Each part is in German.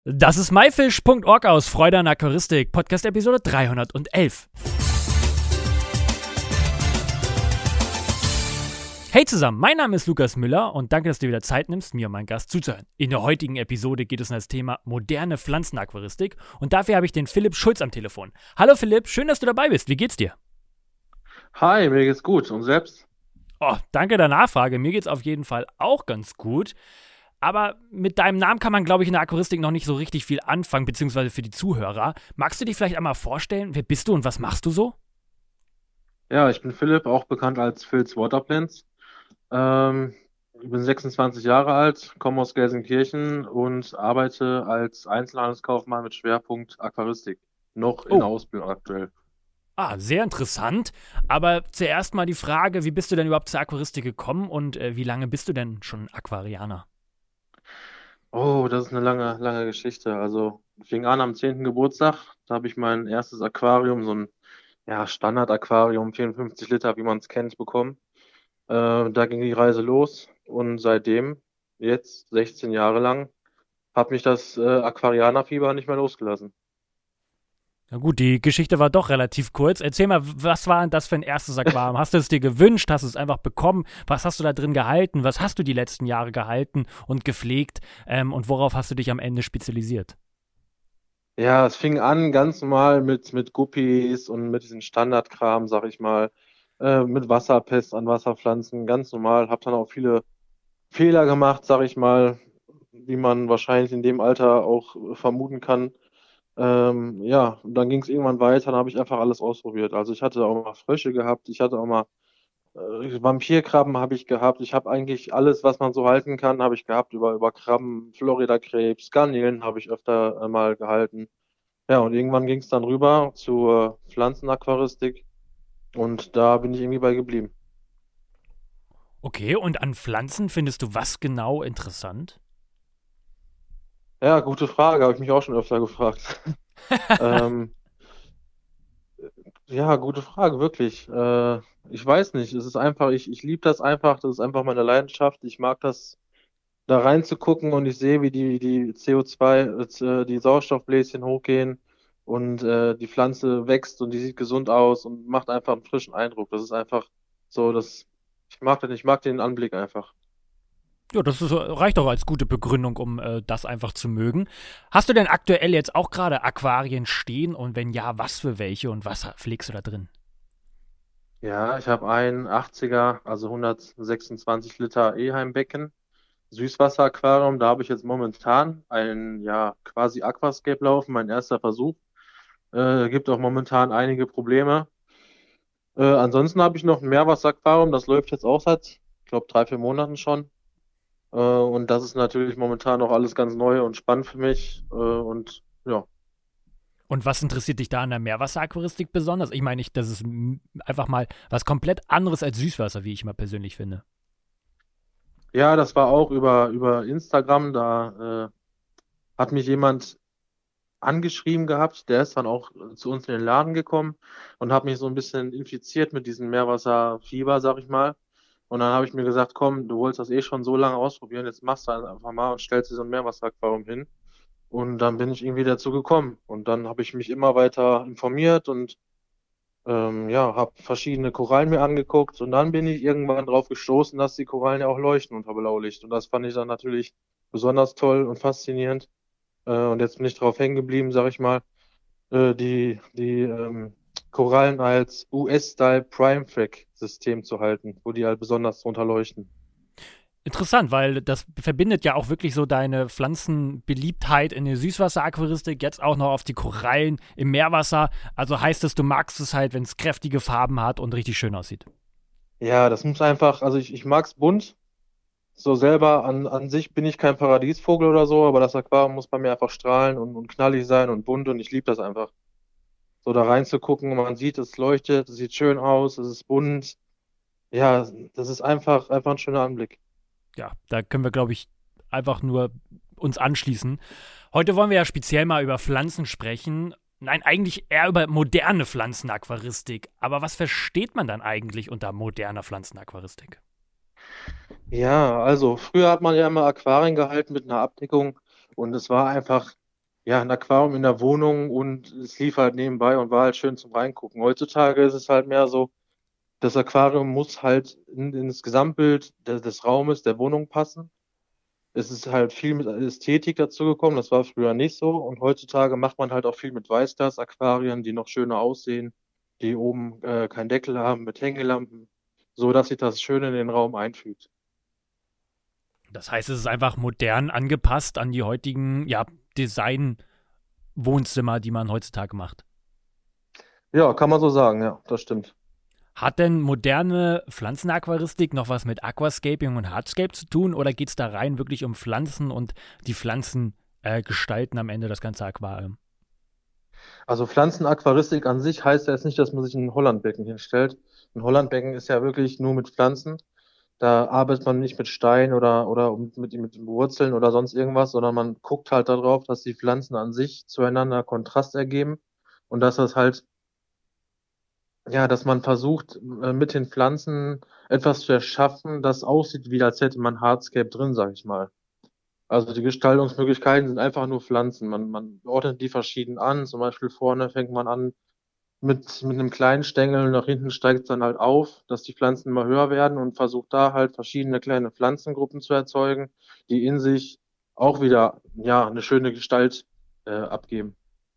Das ist myfish.org aus Freude an Aquaristik, Podcast-Episode 311. Hey zusammen, mein Name ist Lukas Müller und danke, dass du wieder Zeit nimmst, mir und meinem Gast zuzuhören. In der heutigen Episode geht es um das Thema moderne Pflanzenaquaristik und dafür habe ich den Philipp Schulz am Telefon. Hallo Philipp, schön, dass du dabei bist. Wie geht's dir? Hi, mir geht's gut. Und selbst? Oh, danke der Nachfrage. Mir geht's auf jeden Fall auch ganz gut. Aber mit deinem Namen kann man, glaube ich, in der Aquaristik noch nicht so richtig viel anfangen, beziehungsweise für die Zuhörer. Magst du dich vielleicht einmal vorstellen, wer bist du und was machst du so? Ja, ich bin Philipp, auch bekannt als Phil's Waterplants. Ich bin 26 Jahre alt, komme aus Gelsenkirchen und arbeite als Einzelhandelskaufmann mit Schwerpunkt Aquaristik. Noch in Oh, Ausbildung aktuell. sehr interessant. Aber zuerst mal die Frage, wie bist du denn überhaupt zur Aquaristik gekommen und wie lange bist du denn schon Aquarianer? Oh, das ist eine lange, lange Geschichte. Also, fing an am 10. Geburtstag. Da habe ich mein erstes Aquarium, so ein Standard-Aquarium, 54 Liter, wie man es kennt, bekommen. Da ging die Reise los und seitdem, jetzt 16 Jahre lang, hat mich das Aquarianerfieber nicht mehr losgelassen. Na gut, die Geschichte war doch relativ kurz. Erzähl mal, was war denn das für ein erstes Aquarium? Hast du es dir gewünscht? Hast du es einfach bekommen? Was hast du da drin gehalten? Was hast du die letzten Jahre gehalten und gepflegt? Und worauf hast du dich am Ende spezialisiert? Ja, es fing an ganz normal mit Guppies und mit diesem Standardkram, sag ich mal, mit Wasserpest an Wasserpflanzen, ganz normal. Hab dann auch viele Fehler gemacht, sag ich mal, wie man wahrscheinlich in dem Alter auch vermuten kann. Ja, und dann ging es irgendwann weiter, dann habe ich einfach alles ausprobiert. Also ich hatte auch mal Frösche gehabt, ich hatte auch mal Vampirkrabben habe ich gehabt. Ich habe eigentlich alles, was man so halten kann, habe ich gehabt. Über Krabben, Florida-Krebs, Garnelen habe ich öfter mal gehalten. Ja, und irgendwann ging es dann rüber zur Pflanzenaquaristik und da bin ich irgendwie bei geblieben. Okay, und an Pflanzen findest du was genau interessant? Ja, gute Frage, habe ich mich auch schon öfter gefragt. Ähm, ja, gute Frage, wirklich. Ich weiß nicht, es ist einfach, ich liebe das einfach, das ist einfach meine Leidenschaft. Ich mag das, da reinzugucken und ich sehe, wie die CO2, die Sauerstoffbläschen hochgehen und die Pflanze wächst und die sieht gesund aus und macht einfach einen frischen Eindruck. Das ist einfach so, ich mag den Anblick einfach. Ja, reicht doch als gute Begründung, um das einfach zu mögen. Hast du denn aktuell jetzt auch gerade Aquarien stehen und wenn ja, was für welche und was pflegst du da drin? Ja, ich habe ein 80er, also 126 Liter Eheimbecken, Süßwasseraquarium. Da habe ich jetzt momentan ein, ja, quasi Aquascape laufen, mein erster Versuch. Gibt auch momentan einige Probleme. Ansonsten habe ich noch ein Meerwasseraquarium, das läuft jetzt auch seit, ich glaube, 3, 4 Monaten schon. Und das ist natürlich momentan noch alles ganz neu und spannend für mich. Und ja. Und was interessiert dich da an der Meerwasseraquaristik besonders? Ich meine nicht, das ist einfach mal was komplett anderes als Süßwasser, wie ich mal persönlich finde. Ja, das war auch über Instagram. Da hat mich jemand angeschrieben gehabt. Der ist dann auch zu uns in den Laden gekommen und hat mich so ein bisschen infiziert mit diesem Meerwasserfieber, sag ich mal. Und dann habe ich mir gesagt, komm, du wolltest das eh schon so lange ausprobieren, jetzt machst du einfach mal und stellst dir so ein Meerwasseraquarium hin. Und dann bin ich irgendwie dazu gekommen. Und dann habe ich mich immer weiter informiert und ja, habe verschiedene Korallen mir angeguckt. Und dann bin ich irgendwann drauf gestoßen, dass die Korallen ja auch leuchten unter Blaulicht. Und das fand ich dann natürlich besonders toll und faszinierend. Und jetzt bin ich drauf hängen geblieben, sag ich mal, die Korallen als US-Style Prime Track System zu halten, wo die halt besonders drunter leuchten. Interessant, weil das verbindet ja auch wirklich so deine Pflanzenbeliebtheit in der Süßwasseraquaristik, jetzt auch noch auf die Korallen im Meerwasser. Also heißt es, du magst es halt, wenn es kräftige Farben hat und richtig schön aussieht. Ja, das muss einfach, also ich mag's bunt. So selber an sich bin ich kein Paradiesvogel oder so, aber das Aquarium muss bei mir einfach strahlen und knallig sein und bunt und ich liebe das einfach. So da reinzugucken, man sieht, es leuchtet, es sieht schön aus, es ist bunt. Ja, das ist einfach ein schöner Anblick. Ja, da können wir, glaube ich, einfach nur uns anschließen. Heute wollen wir ja speziell mal über Pflanzen sprechen. Nein, eigentlich eher über moderne Pflanzenaquaristik. Aber was versteht man dann eigentlich unter moderner Pflanzenaquaristik? Ja, also früher hat man ja immer Aquarien gehalten mit einer Abdeckung und es war einfach ja, ein Aquarium in der Wohnung und es lief halt nebenbei und war halt schön zum Reingucken. Heutzutage ist es halt mehr so, das Aquarium muss halt in das Gesamtbild des Raumes, der Wohnung passen. Es ist halt viel mit Ästhetik dazu gekommen, das war früher nicht so. Und heutzutage macht man halt auch viel mit Weißglas-Aquarien, die noch schöner aussehen, die oben keinen Deckel haben, mit Hängelampen, so dass sich das schön in den Raum einfügt. Das heißt, es ist einfach modern angepasst an die heutigen, ja, Design-Wohnzimmer, die man heutzutage macht. Ja, kann man so sagen, ja, das stimmt. Hat denn moderne Pflanzenaquaristik noch was mit Aquascaping und Hardscape zu tun oder geht es da rein wirklich um Pflanzen und die Pflanzen gestalten am Ende das ganze Aquarium? Also Pflanzenaquaristik an sich heißt ja jetzt nicht, dass man sich ein Hollandbecken hinstellt. Ein Hollandbecken ist ja wirklich nur mit Pflanzen. Da arbeitet man nicht mit Stein oder mit Wurzeln oder sonst irgendwas, sondern man guckt halt darauf, dass die Pflanzen an sich zueinander Kontrast ergeben und dass das halt, ja, dass man versucht, mit den Pflanzen etwas zu erschaffen, das aussieht, wie als hätte man Hardscape drin, sag ich mal. Also die Gestaltungsmöglichkeiten sind einfach nur Pflanzen. Man ordnet die verschieden an. Zum Beispiel vorne fängt man an mit einem kleinen Stängel und nach hinten steigt es dann halt auf, dass die Pflanzen immer höher werden und versucht da halt verschiedene kleine Pflanzengruppen zu erzeugen, die in sich auch wieder, ja, eine schöne Gestalt abgeben.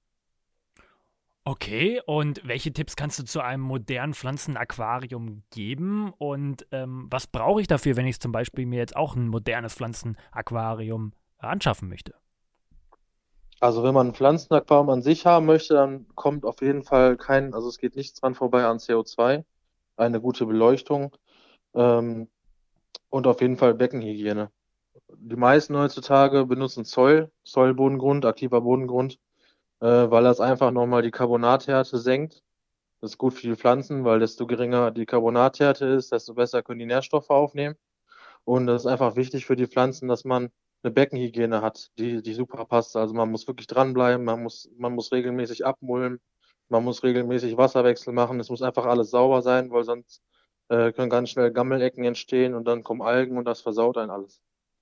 Okay, und welche Tipps kannst du zu einem modernen Pflanzenaquarium geben? Und was brauche ich dafür, wenn ich zum Beispiel mir jetzt auch ein modernes Pflanzenaquarium anschaffen möchte? Also wenn man ein Pflanzenaquarium an sich haben möchte, dann kommt auf jeden Fall also es geht nichts dran vorbei an CO2, eine gute Beleuchtung ähm, und auf jeden Fall Beckenhygiene. Die meisten heutzutage benutzen Soilbodengrund, aktiver Bodengrund, weil das einfach nochmal die Carbonathärte senkt. Das ist gut für die Pflanzen, weil desto geringer die Carbonathärte ist, desto besser können die Nährstoffe aufnehmen. Und das ist einfach wichtig für die Pflanzen, dass man eine Beckenhygiene hat, die super passt. Also man muss wirklich dranbleiben, man muss regelmäßig abmulmen, man muss regelmäßig Wasserwechsel machen. Es muss einfach alles sauber sein, weil sonst können ganz schnell Gammelecken entstehen und dann kommen Algen und das versaut einen alles.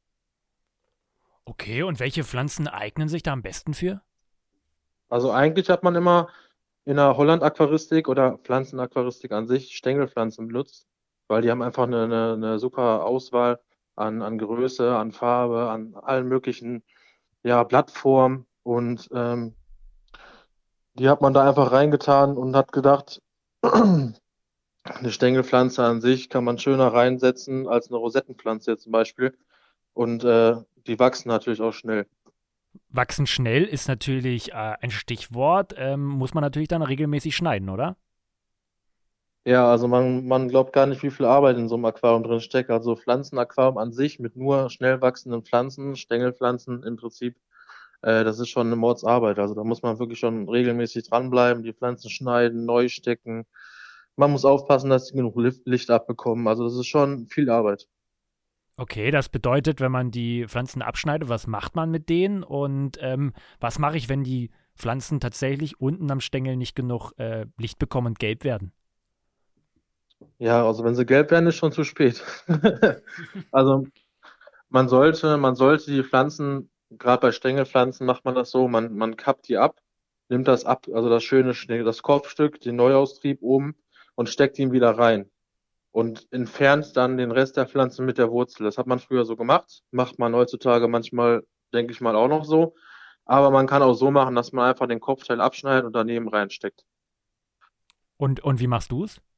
Okay, und welche Pflanzen eignen sich da am besten für? Also eigentlich hat man immer in der Holland-Aquaristik oder Pflanzenaquaristik an sich Stängelpflanzen benutzt, weil die haben einfach eine super Auswahl an Größe, an Farbe, an allen möglichen, ja, Blattformen und die hat man da einfach reingetan und hat gedacht, eine Stängelpflanze an sich kann man schöner reinsetzen als eine Rosettenpflanze jetzt zum Beispiel und die wachsen natürlich auch schnell. Wachsen schnell ist natürlich ein Stichwort. Muss man natürlich dann regelmäßig schneiden, oder? Ja, also man glaubt gar nicht, wie viel Arbeit in so einem Aquarium drin steckt. Also Pflanzenaquarium an sich mit nur schnell wachsenden Pflanzen, Stängelpflanzen im Prinzip, das ist schon eine Mordsarbeit. Also da muss man wirklich schon regelmäßig dranbleiben, die Pflanzen schneiden, neu stecken. Man muss aufpassen, dass sie genug Licht abbekommen. Also das ist schon viel Arbeit. Okay, das bedeutet, wenn man die Pflanzen abschneidet, was macht man mit denen? Und was mache ich, wenn die Pflanzen tatsächlich unten am Stängel nicht genug Licht bekommen und gelb werden? Ja, also wenn sie gelb werden, ist schon zu spät. Also man sollte die Pflanzen, gerade bei Stängelpflanzen macht man das so, man kappt die ab, nimmt das ab, also das schöne, das Kopfstück, den Neuaustrieb oben und steckt ihn wieder rein und entfernt dann den Rest der Pflanze mit der Wurzel. Das hat man früher so gemacht, macht man heutzutage manchmal, denke ich mal, auch noch so. Aber man kann auch so machen, dass man einfach den Kopfteil abschneidet und daneben reinsteckt. Und wie machst du es?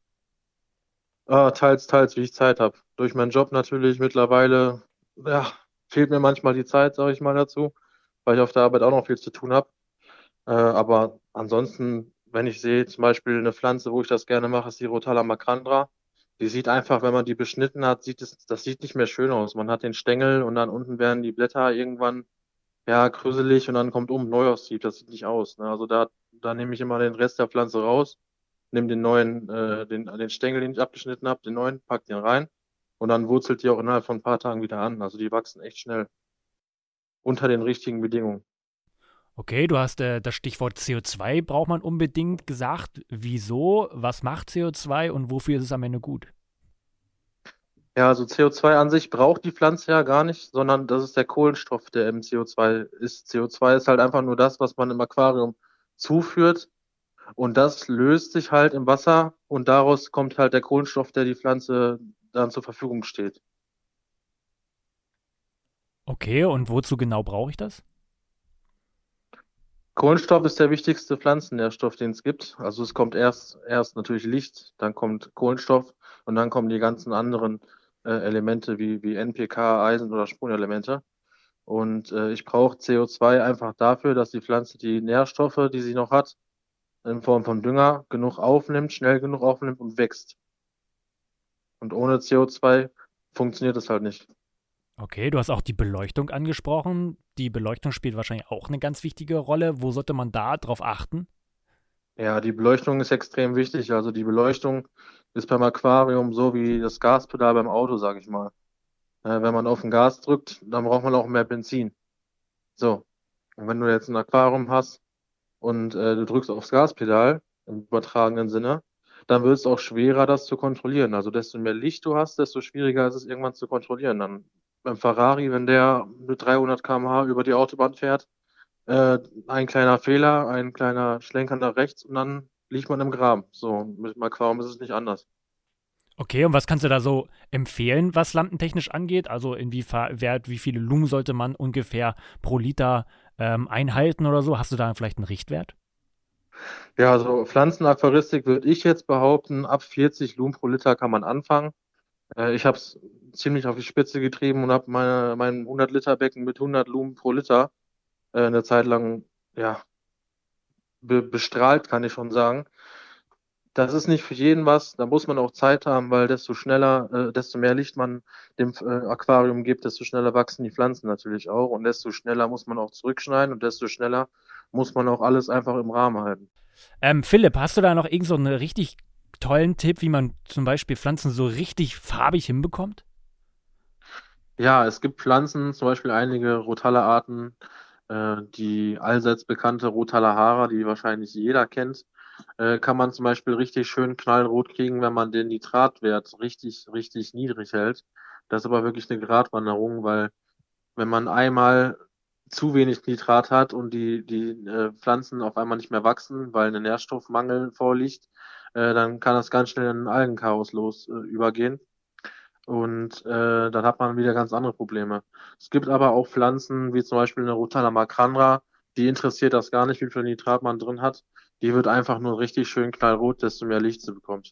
Teils, teils, wie ich Zeit habe. Durch meinen Job natürlich mittlerweile, ja, fehlt mir manchmal die Zeit, sage ich mal dazu, weil ich auf der Arbeit auch noch viel zu tun habe. Aber ansonsten, wenn ich sehe, zum Beispiel eine Pflanze, wo ich das gerne mache, ist die Rotala macrandra. Die sieht einfach, wenn man die beschnitten hat, das sieht nicht mehr schön aus. Man hat den Stängel und dann unten werden die Blätter irgendwann, ja, krüselig und dann kommt oben Neuaustrieb. Das sieht nicht aus, ne? Also da nehme ich immer den Rest der Pflanze raus, nehme den Stängel, den ich abgeschnitten habe, den neuen, pack den rein und dann wurzelt die auch innerhalb von ein paar Tagen wieder an. Also die wachsen echt schnell unter den richtigen Bedingungen. Okay, du hast das Stichwort CO2 braucht man unbedingt gesagt. Wieso? Was macht CO2 und wofür ist es am Ende gut? Ja, also CO2 an sich braucht die Pflanze ja gar nicht, sondern das ist der Kohlenstoff, der im CO2 ist. CO2 ist halt einfach nur das, was man im Aquarium zuführt und das löst sich halt im Wasser und daraus kommt halt der Kohlenstoff, der die Pflanze dann zur Verfügung steht. Okay, und wozu genau brauche ich das? Kohlenstoff ist der wichtigste Pflanzennährstoff, den es gibt. Also es kommt erst natürlich Licht, dann kommt Kohlenstoff und dann kommen die ganzen anderen Elemente wie NPK, Eisen oder Spurenelemente. Und ich brauche CO2 einfach dafür, dass die Pflanze die Nährstoffe, die sie noch hat, in Form von Dünger, genug aufnimmt, schnell genug aufnimmt und wächst. Und ohne CO2 funktioniert es halt nicht. Okay, du hast auch die Beleuchtung angesprochen. Die Beleuchtung spielt wahrscheinlich auch eine ganz wichtige Rolle. Wo sollte man da drauf achten? Ja, die Beleuchtung ist extrem wichtig. Also die Beleuchtung ist beim Aquarium so wie das Gaspedal beim Auto, sage ich mal. Wenn man auf den Gas drückt, dann braucht man auch mehr Benzin. So. Und wenn du jetzt ein Aquarium hast und du drückst aufs Gaspedal, im übertragenen Sinne, dann wird es auch schwerer, das zu kontrollieren. Also desto mehr Licht du hast, desto schwieriger ist es irgendwann zu kontrollieren. Dann beim Ferrari, wenn der mit 300 km/h über die Autobahn fährt, ein kleiner Fehler, ein kleiner Schlenker nach rechts und dann liegt man im Graben. So, mit dem Aquarium ist es nicht anders. Okay, und was kannst du da so empfehlen, was lampentechnisch angeht? Also wie viele Lumen sollte man ungefähr pro Liter einhalten oder so? Hast du da vielleicht einen Richtwert? Ja, also Pflanzenaquaristik würde ich jetzt behaupten, ab 40 Lumen pro Liter kann man anfangen. Ich habe es ziemlich auf die Spitze getrieben und habe mein 100-Liter-Becken mit 100 Lumen pro Liter eine Zeit lang ja, bestrahlt, kann ich schon sagen. Das ist nicht für jeden was, da muss man auch Zeit haben, weil desto mehr Licht man dem Aquarium gibt, desto schneller wachsen die Pflanzen natürlich auch und desto schneller muss man auch zurückschneiden und desto schneller muss man auch alles einfach im Rahmen halten. Philipp, hast du da noch irgend so einen richtig tollen Tipp, wie man zum Beispiel Pflanzen so richtig farbig hinbekommt? Ja, es gibt Pflanzen, zum Beispiel einige Rotalla-Arten, die allseits bekannte Rotalla-Hara, die wahrscheinlich jeder kennt, kann man zum Beispiel richtig schön knallrot kriegen, wenn man den Nitratwert richtig, richtig niedrig hält. Das ist aber wirklich eine Gratwanderung, weil wenn man einmal zu wenig Nitrat hat und die Pflanzen auf einmal nicht mehr wachsen, weil ein Nährstoffmangel vorliegt, dann kann das ganz schnell in ein Algenchaos übergehen. Und dann hat man wieder ganz andere Probleme. Es gibt aber auch Pflanzen, wie zum Beispiel eine Rotalla macrandra, die interessiert das gar nicht, wie viel Nitrat man drin hat. Die wird einfach nur richtig schön knallrot, desto mehr Licht sie bekommt.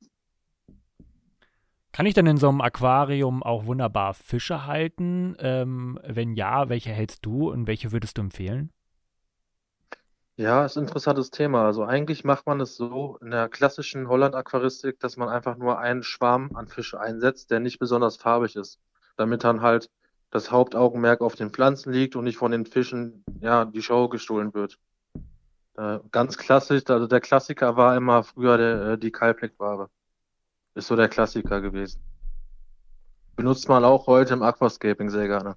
Kann ich denn in so einem Aquarium auch wunderbar Fische halten? Wenn ja, welche hältst du und welche würdest du empfehlen? Ja, ist ein interessantes Thema. Also eigentlich macht man es so in der klassischen Holland-Aquaristik, dass man einfach nur einen Schwarm an Fische einsetzt, der nicht besonders farbig ist, damit dann halt das Hauptaugenmerk auf den Pflanzen liegt und nicht von den Fischen, ja, die Show gestohlen wird. Ganz klassisch, also der Klassiker war immer früher die Kalblickbarbe. Ist so der Klassiker gewesen. Benutzt man auch heute im Aquascaping sehr gerne.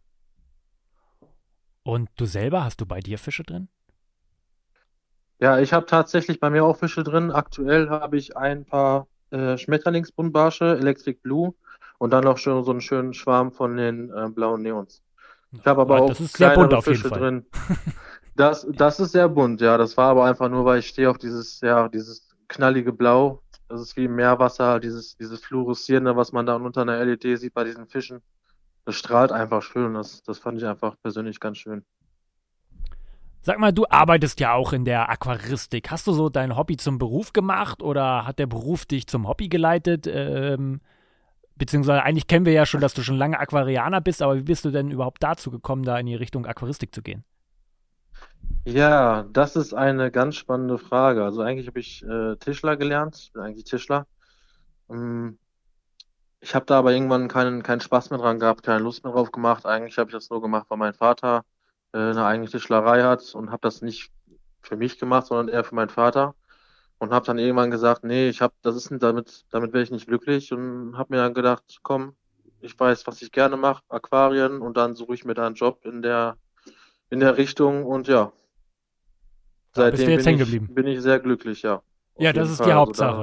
Und du selber, hast du bei dir Fische drin? Ja, ich habe tatsächlich bei mir auch Fische drin. Aktuell habe ich ein paar Schmetterlingsbuntbarsche, Electric Blue und dann noch schon so einen schönen Schwarm von den blauen Neons. Ich habe aber Ah, das auch ist sehr bunt kleinere auf jeden Fische Fall. drin. Das ist sehr bunt, ja. Das war aber einfach nur, weil ich stehe auf dieses knallige Blau. Das ist wie im Meerwasser, dieses Fluoreszierende, was man da unter einer LED sieht bei diesen Fischen. Das strahlt einfach schön. Das fand ich einfach persönlich ganz schön. Sag mal, du arbeitest ja auch in der Aquaristik. Hast du so dein Hobby zum Beruf gemacht oder hat der Beruf dich zum Hobby geleitet? Beziehungsweise eigentlich kennen wir ja schon, dass du schon lange Aquarianer bist, aber wie bist du denn überhaupt dazu gekommen, da in die Richtung Aquaristik zu gehen? Ja, das ist eine ganz spannende Frage. Also eigentlich habe ich Tischler gelernt. Ich bin eigentlich Tischler. Ähm, Ich habe da aber irgendwann keinen Spaß mehr dran gehabt, keine Lust mehr drauf gemacht. Eigentlich habe ich das nur gemacht, weil mein Vater eine eigene Tischlerei hat und habe das nicht für mich gemacht, sondern eher für meinen Vater. Und habe dann irgendwann gesagt, nee, damit wäre ich nicht glücklich und habe mir dann gedacht, komm, ich weiß, was ich gerne mache, Aquarien und dann suche ich mir da einen Job in der Richtung und ja, Da bist du seitdem jetzt hängen geblieben. bin ich sehr glücklich, ja, Ja, auf das jeden ist die Fall. Also da, Hauptsache.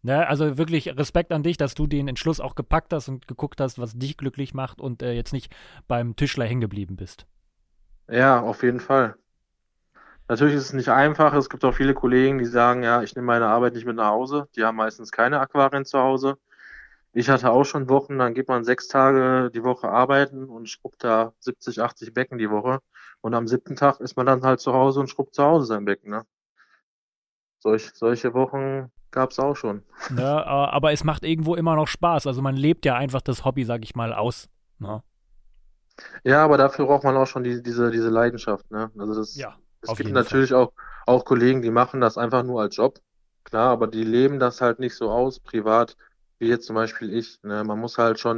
Ne? Also wirklich Respekt an dich, dass du den Entschluss auch gepackt hast und geguckt hast, was dich glücklich macht und jetzt nicht beim Tischler hängen geblieben bist. Ja, auf jeden Fall. Natürlich ist es nicht einfach. Es gibt auch viele Kollegen, die sagen, ja, ich nehme meine Arbeit nicht mit nach Hause. Die haben meistens keine Aquarien zu Hause. Ich hatte auch schon Wochen, dann geht man 6 Tage die Woche arbeiten und schrubbt da 70, 80 Becken die Woche. Und am 7. Tag ist man dann halt zu Hause und schrubbt zu Hause sein Becken, ne? Solche Wochen gab's auch schon. Ne? Aber es macht irgendwo immer noch Spaß. Also man lebt ja einfach das Hobby, sag ich mal, aus. Ne? Ja, aber dafür braucht man auch schon diese Leidenschaft, ne? Also Ja, es auf gibt jeden Fall. natürlich auch Kollegen, die machen das einfach nur als Job. Klar, aber die leben das halt nicht so aus, privat, wie jetzt zum Beispiel ich, ne? Man muss halt schon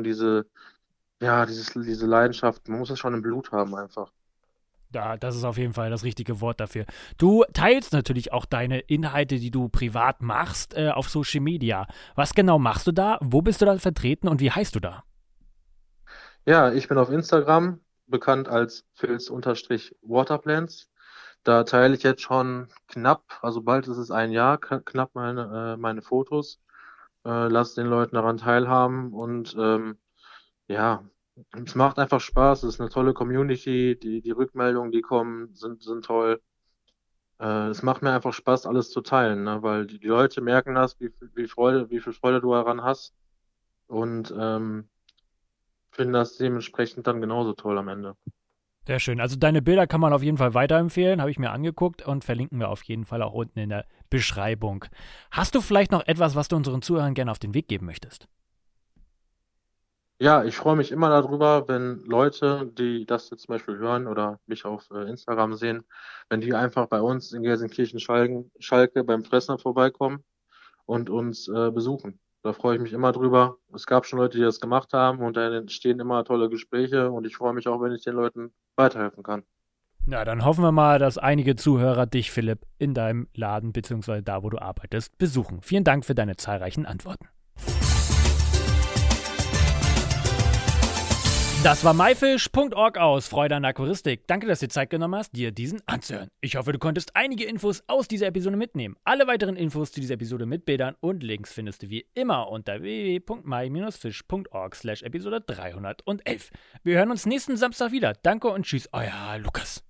diese Leidenschaft, man muss das schon im Blut haben einfach. Ja, das ist auf jeden Fall das richtige Wort dafür. Du teilst natürlich auch deine Inhalte, die du privat machst, auf Social Media. Was genau machst du da? Wo bist du da vertreten und wie heißt du da? Ja, ich bin auf Instagram bekannt als Phils-Waterplants. Da teile ich jetzt schon knapp, also bald ist es ein Jahr, knapp meine Fotos, lasse den Leuten daran teilhaben und ja, es macht einfach Spaß. Es ist eine tolle Community. Die Rückmeldungen, die kommen, sind toll. Es macht mir einfach Spaß, alles zu teilen, ne? Weil die Leute merken das, wie viel Freude du daran hast und finden das dementsprechend dann genauso toll am Ende. Sehr schön. Also deine Bilder kann man auf jeden Fall weiterempfehlen, habe ich mir angeguckt und verlinken wir auf jeden Fall auch unten in der Beschreibung. Hast du vielleicht noch etwas, was du unseren Zuhörern gerne auf den Weg geben möchtest? Ja, ich freue mich immer darüber, wenn Leute, die das jetzt zum Beispiel hören oder mich auf Instagram sehen, wenn die einfach bei uns in Gelsenkirchen-Schalke beim Fressner vorbeikommen und uns besuchen. Da freue ich mich immer drüber. Es gab schon Leute, die das gemacht haben und da entstehen immer tolle Gespräche und ich freue mich auch, wenn ich den Leuten weiterhelfen kann. Na, dann hoffen wir mal, dass einige Zuhörer dich, Philipp, in deinem Laden bzw. da, wo du arbeitest, besuchen. Vielen Dank für deine zahlreichen Antworten. Das war myfish.org aus Freude an Aquaristik. Danke, dass du dir Zeit genommen hast, dir diesen anzuhören. Ich hoffe, du konntest einige Infos aus dieser Episode mitnehmen. Alle weiteren Infos zu dieser Episode mit Bildern und Links findest du wie immer unter www.my-fish.org/Episode 311. Wir hören uns nächsten Samstag wieder. Danke und tschüss, euer Lukas.